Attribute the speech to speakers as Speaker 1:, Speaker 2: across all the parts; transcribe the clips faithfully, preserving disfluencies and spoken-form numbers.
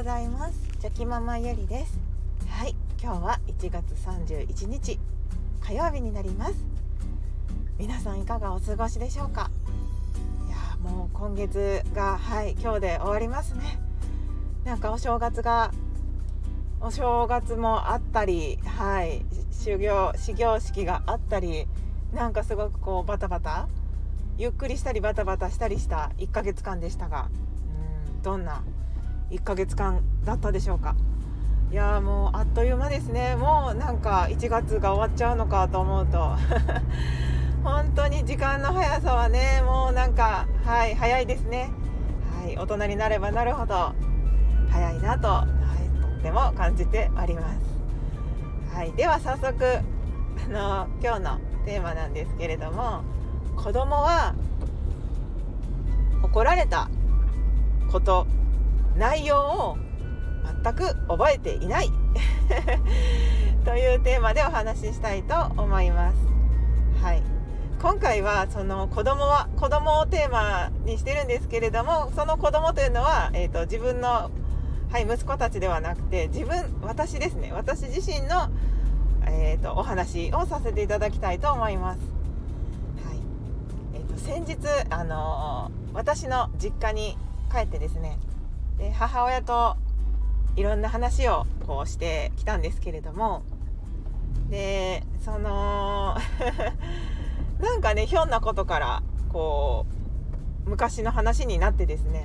Speaker 1: ございます。チョキママゆりです。はい、今日はいちがつさんじゅういちにち火曜日になります。皆さんいかがお過ごしでしょうか。いやもう今月がはい今日で終わりますね。なんかお正月がお正月もあったり、はい修行始業式があったり、なんかすごくこうバタバタゆっくりしたりバタバタしたりしたいっかげつかんでしたが、うーんどんないっかげつかんだったでしょうか。いやもうあっという間ですね。もうなんかいちがつが終わっちゃうのかと思うと本当に時間の速さはね、もうなんかはい早いですね。はい、大人になればなるほど早いなと、はい、とっても感じております。はい、では早速あの今日のテーマなんですけれども、子供は怒られたこと内容を全く覚えていないというテーマでお話ししたいと思います。はい、今回はその子供は子供をテーマにしてるんですけれども、その子供というのは、えーと、自分の、はい、息子たちではなくて自分私ですね私自身の、えーと、お話をさせていただきたいと思います。はいえーと、先日、あのー、私の実家に帰ってですね、で母親といろんな話をこうしてきたんですけれども、でそのなんかねひょんなことからこう昔の話になってですね、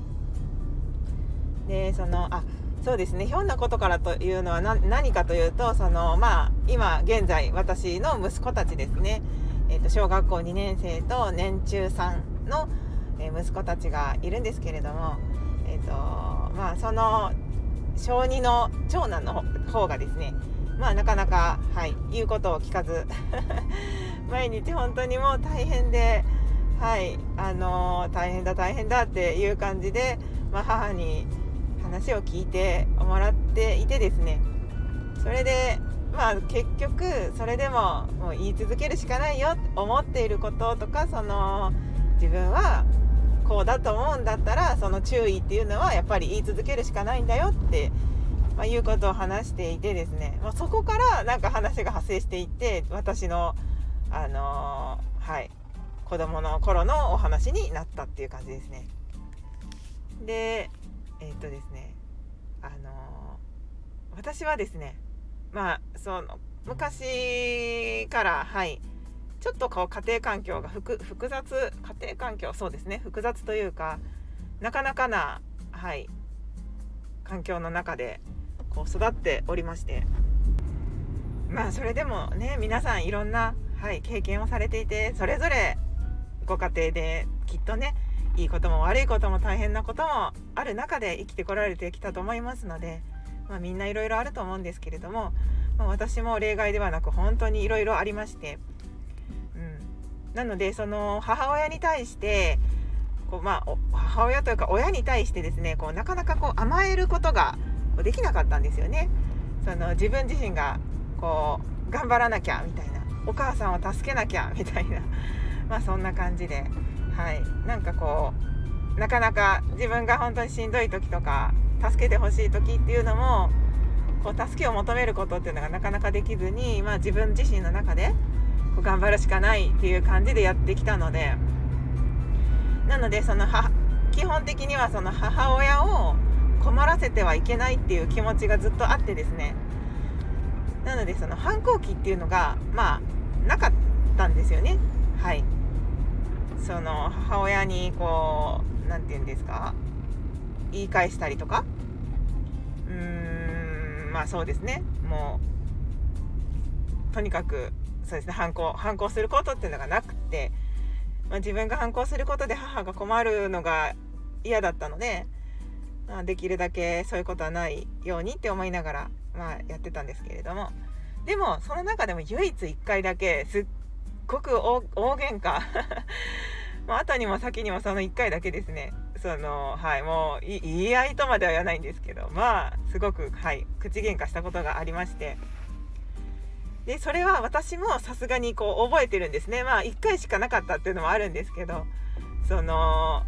Speaker 1: でそのあそうですねひょんなことからというのはな何かというと、そのまあ今現在私の息子たちですね、えーと小学校にねんせいと年中さんの息子たちがいるんですけれども、えーとまあその小にの長男の方がですね、まあなかなか、はい、言うことを聞かず毎日本当にもう大変で、はい、あのー、大変だ大変だっていう感じで、まあ、母に話を聞いてもらっていてですね、それでまあ結局それでももう言い続けるしかないよ思っていることとか、その自分はこうだと思うんだったらその注意っていうのはやっぱり言い続けるしかないんだよって、まあ、いうことを話していてですね、まあ、そこからなんか話が派生していって、私のあのー、はい子供の頃のお話になったっていう感じですね。でえー、っとですねあのー、私はですねまあその昔からはいちょっとこう家庭環境が複雑家庭環境そうですね複雑というか、なかなかな、はい、環境の中でこう育っておりまして、まあそれでもね皆さんいろんな、はい、経験をされていて、それぞれご家庭できっとねいいことも悪いことも大変なこともある中で生きてこられてきたと思いますので、まあ、みんないろいろあると思うんですけれども、まあ、私も例外ではなく本当にいろいろありまして、なのでその母親に対してこう、まあ、母親というか親に対してですねこうなかなかこう甘えることができなかったんですよね。その自分自身がこう頑張らなきゃみたいな、お母さんを助けなきゃみたいなまあそんな感じで、はい、なんかこうなかなか自分が本当にしんどい時とか助けてほしい時っていうのもこう助けを求めることっていうのがなかなかできずに、まあ、自分自身の中で頑張るしかないっていう感じでやってきたので、なのでそのは基本的にはその母親を困らせてはいけないっていう気持ちがずっとあってですね、なのでその反抗期っていうのがまあなかったんですよね。はい、その母親にこうなんて言うんですか言い返したりとか、うーんまあそうですねもうとにかくそうですね反抗反抗することっていうのがなくて、まあ、自分が反抗することで母が困るのが嫌だったので、まあ、できるだけそういうことはないようにって思いながら、まあ、やってたんですけれども、でもその中でも唯一いっかいだけすっごく 大, 大喧嘩まあ後にも先にもそのいっかいだけですね、そのはいもう言い合いとまでは言わないんですけど、まあすごくはい口喧嘩したことがありまして、でそれは私もさすがにこう覚えてるんですね。まあいっかいしかなかったっていうのもあるんですけど、その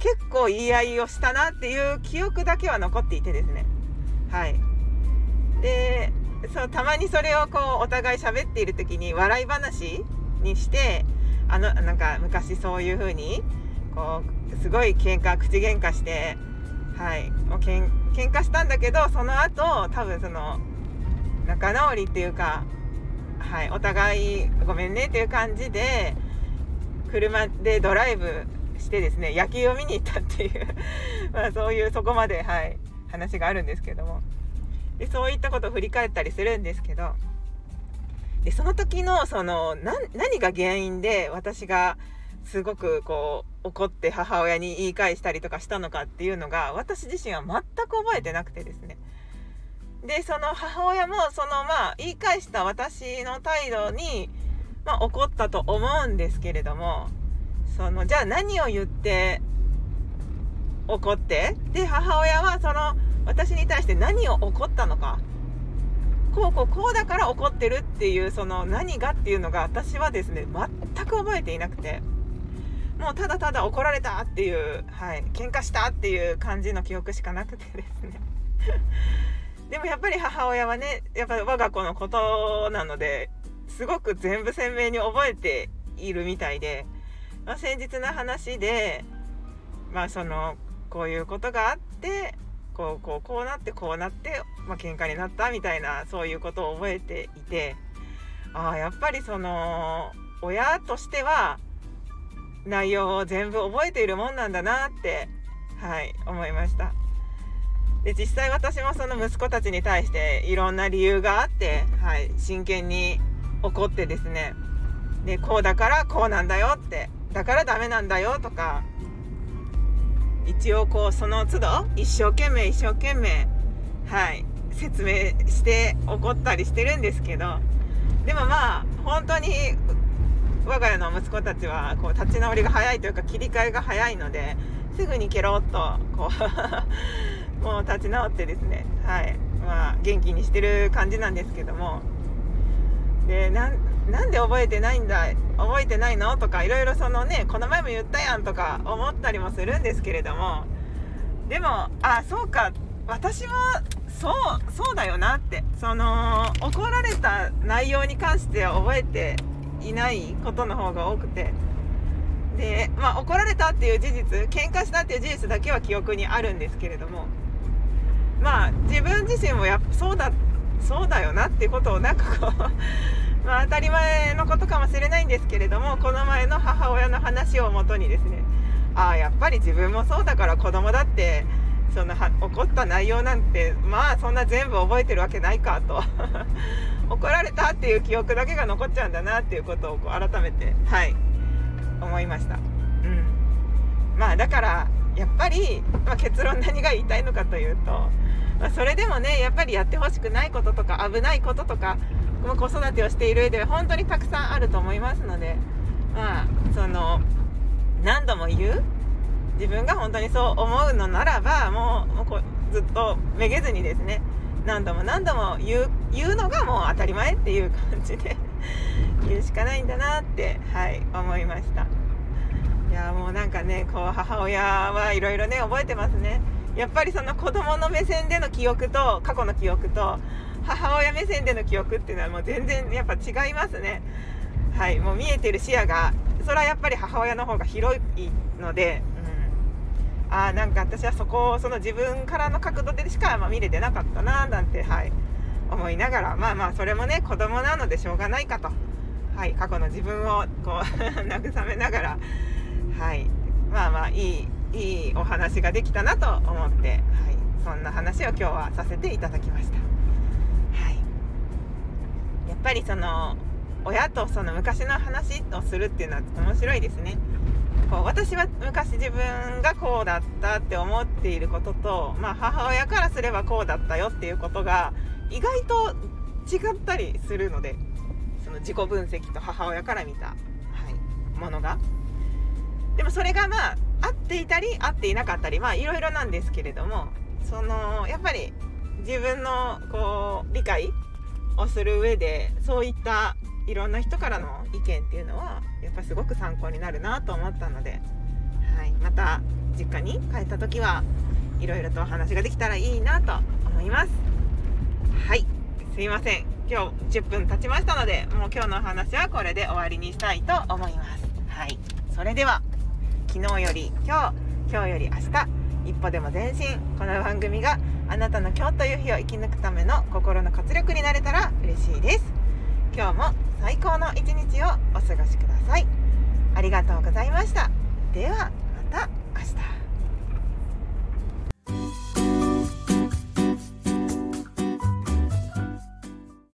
Speaker 1: 結構言い合いをしたなっていう記憶だけは残っていてですね。はい。で、そうたまにそれをこうお互い喋っている時に笑い話にして、あのなんか昔そういう風にこうすごい喧嘩口喧嘩して、はい、もうけん喧嘩したんだけど、その後多分その仲直りっていうか、はい、お互いごめんねっていう感じで車でドライブしてですね、野球を見に行ったっていうまあそういうそこまで、はい、話があるんですけども、でそういったことを振り返ったりするんですけど、でその時のそのな何が原因で私がすごくこう怒って母親に言い返したりとかしたのかっていうのが私自身は全く覚えてなくてですね。でその母親もそのまあ言い返した私の態度に、まあ、怒ったと思うんですけれども、そのじゃあ何を言って怒って、で母親はその私に対して何を怒ったのか、こうこうこうだから怒ってるっていうその何がっていうのが私はですね全く覚えていなくて、もうただただ怒られたっていう、はい、喧嘩したっていう感じの記憶しかなくてですねでもやっぱり母親はね、やっぱり我が子のことなのですごく全部鮮明に覚えているみたいで、まあ、先日の話でまあそのこういうことがあってこうこうこうなってこうなって、まあ、喧嘩になったみたいなそういうことを覚えていて、ああやっぱりその親としては内容を全部覚えているもんなんだなって、はい、思いました。で実際私もその息子たちに対していろんな理由があって、はい、真剣に怒ってですね、でこうだからこうなんだよって、だからダメなんだよとか、一応こうその都度一生懸命一生懸命、はい、説明して怒ったりしてるんですけど、でもまあ本当に我が家の息子たちはこう立ち直りが早いというか切り替えが早いので、すぐにケロッとこうもう立ち直ってですね、はい、まあ元気にしてる感じなんですけども、でな ん, なんで覚えてないんだ覚えてないのとかいろいろそのね、この前も言ったやんとか思ったりもするんですけれども、でもあそうか私もそうそうだよなって、その怒られた内容に関しては覚えていないことの方が多くて、で、まあ、怒られたっていう事実、喧嘩したっていう事実だけは記憶にあるんですけれども、まあ自分自身もやっぱそうだそうだよなっていうことをなんかこうまあ当たり前のことかもしれないんですけれども、この前の母親の話をもとにですね、ああやっぱり自分もそうだから、子供だってそのは怒った内容なんてまあそんな全部覚えてるわけないかと怒られたっていう記憶だけが残っちゃうんだなっていうことをこう改めて、はい思いました。うん、まあだからやっぱり、まあ、結論何が言いたいのかというと、まあ、それでもねやっぱりやってほしくないこととか危ないこととか、子育てをしている上で本当にたくさんあると思いますので、まあその何度も言う、自分が本当にそう思うのならばもう、もうこうずっとめげずにですね、何度も何度も言う、言うのがもう当たり前っていう感じで言うしかないんだなって、はい思いました。いやもうなんかね、こう母親はいろいろね覚えてますね。やっぱりその子供の目線での記憶と過去の記憶と母親目線での記憶っていうのはもう全然やっぱ違いますね。はい、もう見えてる視野がそれはやっぱり母親の方が広いので、うん、あーなんか私はそこをその自分からの角度でしかまあ見れてなかったななんて、はい、思いながら、まあまあそれもね子供なのでしょうがないかと、はい、過去の自分をこう慰めながら、はい、まあまあいいいいお話ができたなと思って、はい、そんな話を今日はさせていただきました。はい、やっぱりその親とその昔の話をするっていうのは面白いですね。こう私は昔自分がこうだったって思っていることと、まあ、母親からすればこうだったよっていうことが意外と違ったりするので、その自己分析と母親から見た、はい、ものが、でもそれがまあ合っていたり合っていなかったり、まあいろいろなんですけれども、そのやっぱり自分のこう理解をする上でそういったいろんな人からの意見っていうのはやっぱりすごく参考になるなと思ったので、 はい、また実家に帰った時はいろいろとお話ができたらいいなと思います。はい、すいません、今日じゅっぷん経ちましたので、もう今日のお話はこれで終わりにしたいと思います。はい、それでは昨日より今日、今日より明日、一歩でも前進。この番組があなたの今日という日を生き抜くための心の活力になれたら嬉しいです。今日も最高の一日をお過ごしください。ありがとうございました。ではまた。